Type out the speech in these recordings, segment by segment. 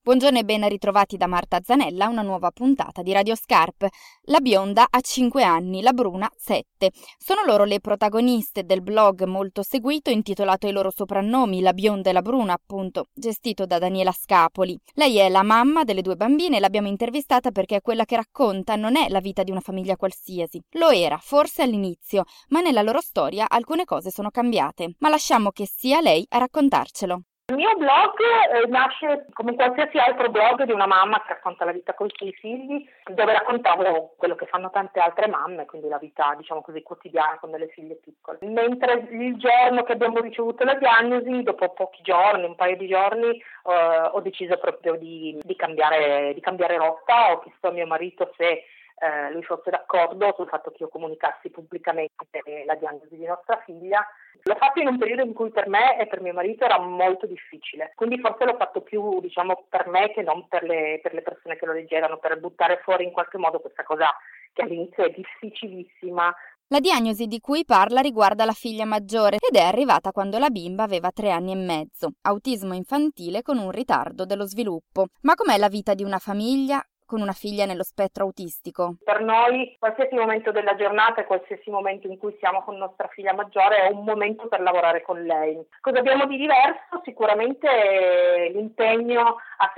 Buongiorno e ben ritrovati da Marta Zanella, una nuova puntata di Radio Scarp. La bionda ha 5 anni, la bruna 7. Sono loro le protagoniste del blog molto seguito intitolato ai loro soprannomi, La bionda e la bruna, appunto, gestito da Daniela Scapoli. Lei è la mamma delle 2 bambine e l'abbiamo intervistata perché quella che racconta non è la vita di una famiglia qualsiasi. Lo era, forse all'inizio, ma nella loro storia alcune cose sono cambiate. Ma lasciamo che sia lei a raccontarcelo. Il mio blog nasce come qualsiasi altro blog di una mamma che racconta la vita con i suoi figli, dove raccontavo quello che fanno tante altre mamme, quindi la vita, diciamo così, quotidiana con delle figlie piccole. Mentre il giorno che abbiamo ricevuto la diagnosi, dopo pochi giorni, un paio di giorni, ho deciso proprio di cambiare rotta. Ho chiesto a mio marito se lui fosse d'accordo sul fatto che io comunicassi pubblicamente la diagnosi di nostra figlia. L'ho fatto in un periodo in cui per me e per mio marito era molto difficile, quindi forse l'ho fatto più, diciamo, per me che non per le persone che lo leggevano, per buttare fuori in qualche modo questa cosa che all'inizio è difficilissima. La diagnosi di cui parla riguarda la figlia maggiore ed è arrivata quando la bimba aveva 3 anni e mezzo, autismo infantile con un ritardo dello sviluppo. Ma com'è la vita di una famiglia con una figlia nello spettro autistico? Per noi qualsiasi momento della giornata e qualsiasi momento in cui siamo con nostra figlia maggiore è un momento per lavorare con lei. Cosa abbiamo di diverso? Sicuramente l'impegno a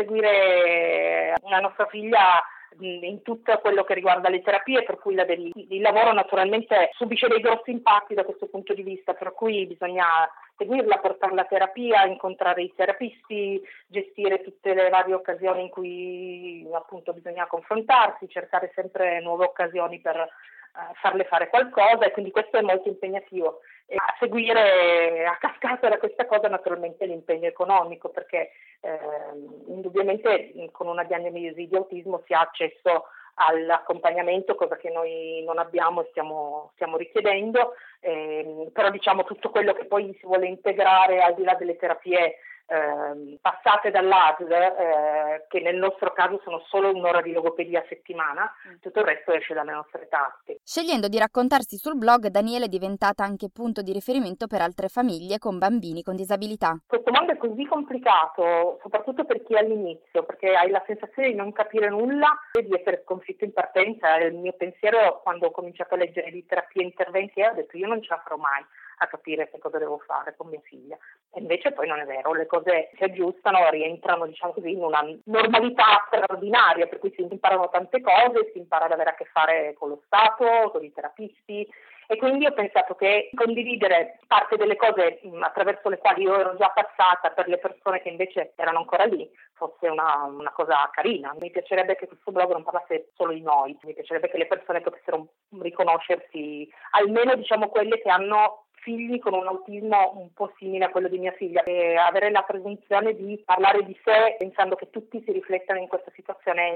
seguire la nostra figlia in tutto quello che riguarda le terapie, per cui il lavoro naturalmente subisce dei grossi impatti da questo punto di vista, per cui bisogna seguirla, portarla a terapia, incontrare i terapisti, gestire tutte le varie occasioni in cui appunto bisogna confrontarsi, cercare sempre nuove occasioni per farle fare qualcosa, e quindi questo è molto impegnativo. E a seguire a cascata da questa cosa naturalmente l'impegno economico, perché indubbiamente con una diagnosi di autismo si ha accesso all'accompagnamento, cosa che noi non abbiamo e stiamo richiedendo, però diciamo tutto quello che poi si vuole integrare al di là delle terapie passate dall'ASL, che nel nostro caso sono solo 1 ora di logopedia a settimana, tutto il resto esce dalle nostre tasche. Scegliendo di raccontarsi sul blog, Daniela è diventata anche punto di riferimento per altre famiglie con bambini con disabilità. Questo mondo è così complicato, soprattutto per chi è all'inizio, perché hai la sensazione di non capire nulla e di essere sconfitto in partenza. Il mio pensiero, quando ho cominciato a leggere di terapie e interventi, ho detto io non ce la farò mai a capire che cosa devo fare con mia figlia. E invece poi non è vero, le cose si aggiustano, rientrano, diciamo così, in una normalità straordinaria, per cui si imparano tante cose, si impara ad avere a che fare con lo Stato, con i terapisti, e quindi ho pensato che condividere parte delle cose attraverso le quali io ero già passata per le persone che invece erano ancora lì fosse una cosa carina. Mi piacerebbe che questo blog non parlasse solo di noi, mi piacerebbe che le persone potessero riconoscersi, almeno diciamo quelle che hanno figli con un autismo un po' simile a quello di mia figlia, e avere la presunzione di parlare di sé pensando che tutti si riflettano in questa situazione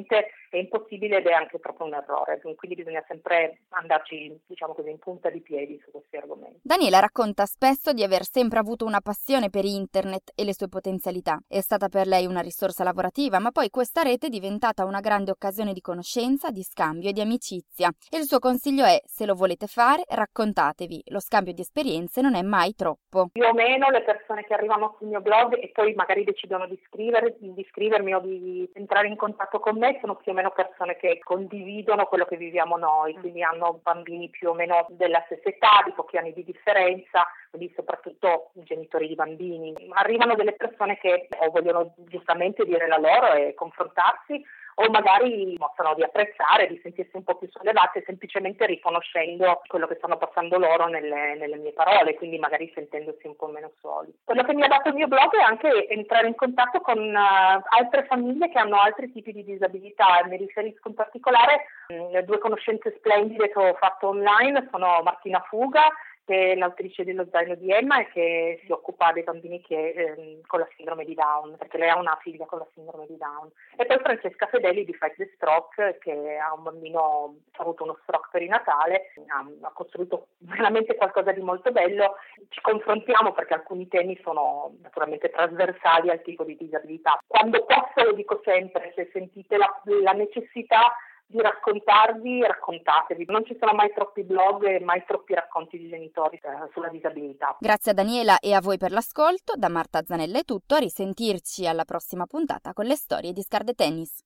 è impossibile ed è anche proprio un errore, quindi bisogna sempre andarci, diciamo così, in punta di piedi su questi argomenti. Daniela racconta spesso di aver sempre avuto una passione per internet e le sue potenzialità. È stata per lei una risorsa lavorativa, ma poi questa rete è diventata una grande occasione di conoscenza, di scambio e di amicizia. E il suo consiglio è: se lo volete fare, raccontatevi. Lo scambio di esperienze non è mai troppo. Più o meno le persone che arrivano sul mio blog e poi magari decidono di scrivermi o di entrare in contatto con me sono più o meno persone che condividono quello che viviamo noi, quindi hanno bambini più o meno della stessa età, di pochi anni di differenza, quindi soprattutto i genitori di bambini. Arrivano delle persone che o vogliono giustamente dire la loro e confrontarsi, o magari mostrano di apprezzare, di sentirsi un po' più sollevate, semplicemente riconoscendo quello che stanno passando loro nelle mie parole, quindi magari sentendosi un po' meno soli. Quello che mi ha dato il mio blog è anche entrare in contatto con altre famiglie che hanno altri tipi di disabilità. Mi riferisco in particolare a 2 conoscenze splendide che ho fatto online, sono Martina Fuga, che è l'autrice dello Zaino di Emma e che si occupa dei bambini con la sindrome di Down, perché lei ha una figlia con la sindrome di Down. E poi Francesca Fedeli di Fight the Stroke, che ha un bambino che ha avuto uno stroke perinatale, ha costruito veramente qualcosa di molto bello. Ci confrontiamo perché alcuni temi sono naturalmente trasversali al tipo di disabilità. Quando posso, lo dico sempre, se sentite la necessità di raccontarvi, raccontatevi. Non ci sono mai troppi blog e mai troppi racconti di genitori sulla disabilità. Grazie a Daniela e a voi per l'ascolto. Da Marta Zanella è tutto, a risentirci alla prossima puntata con le storie di Scar de Tennis.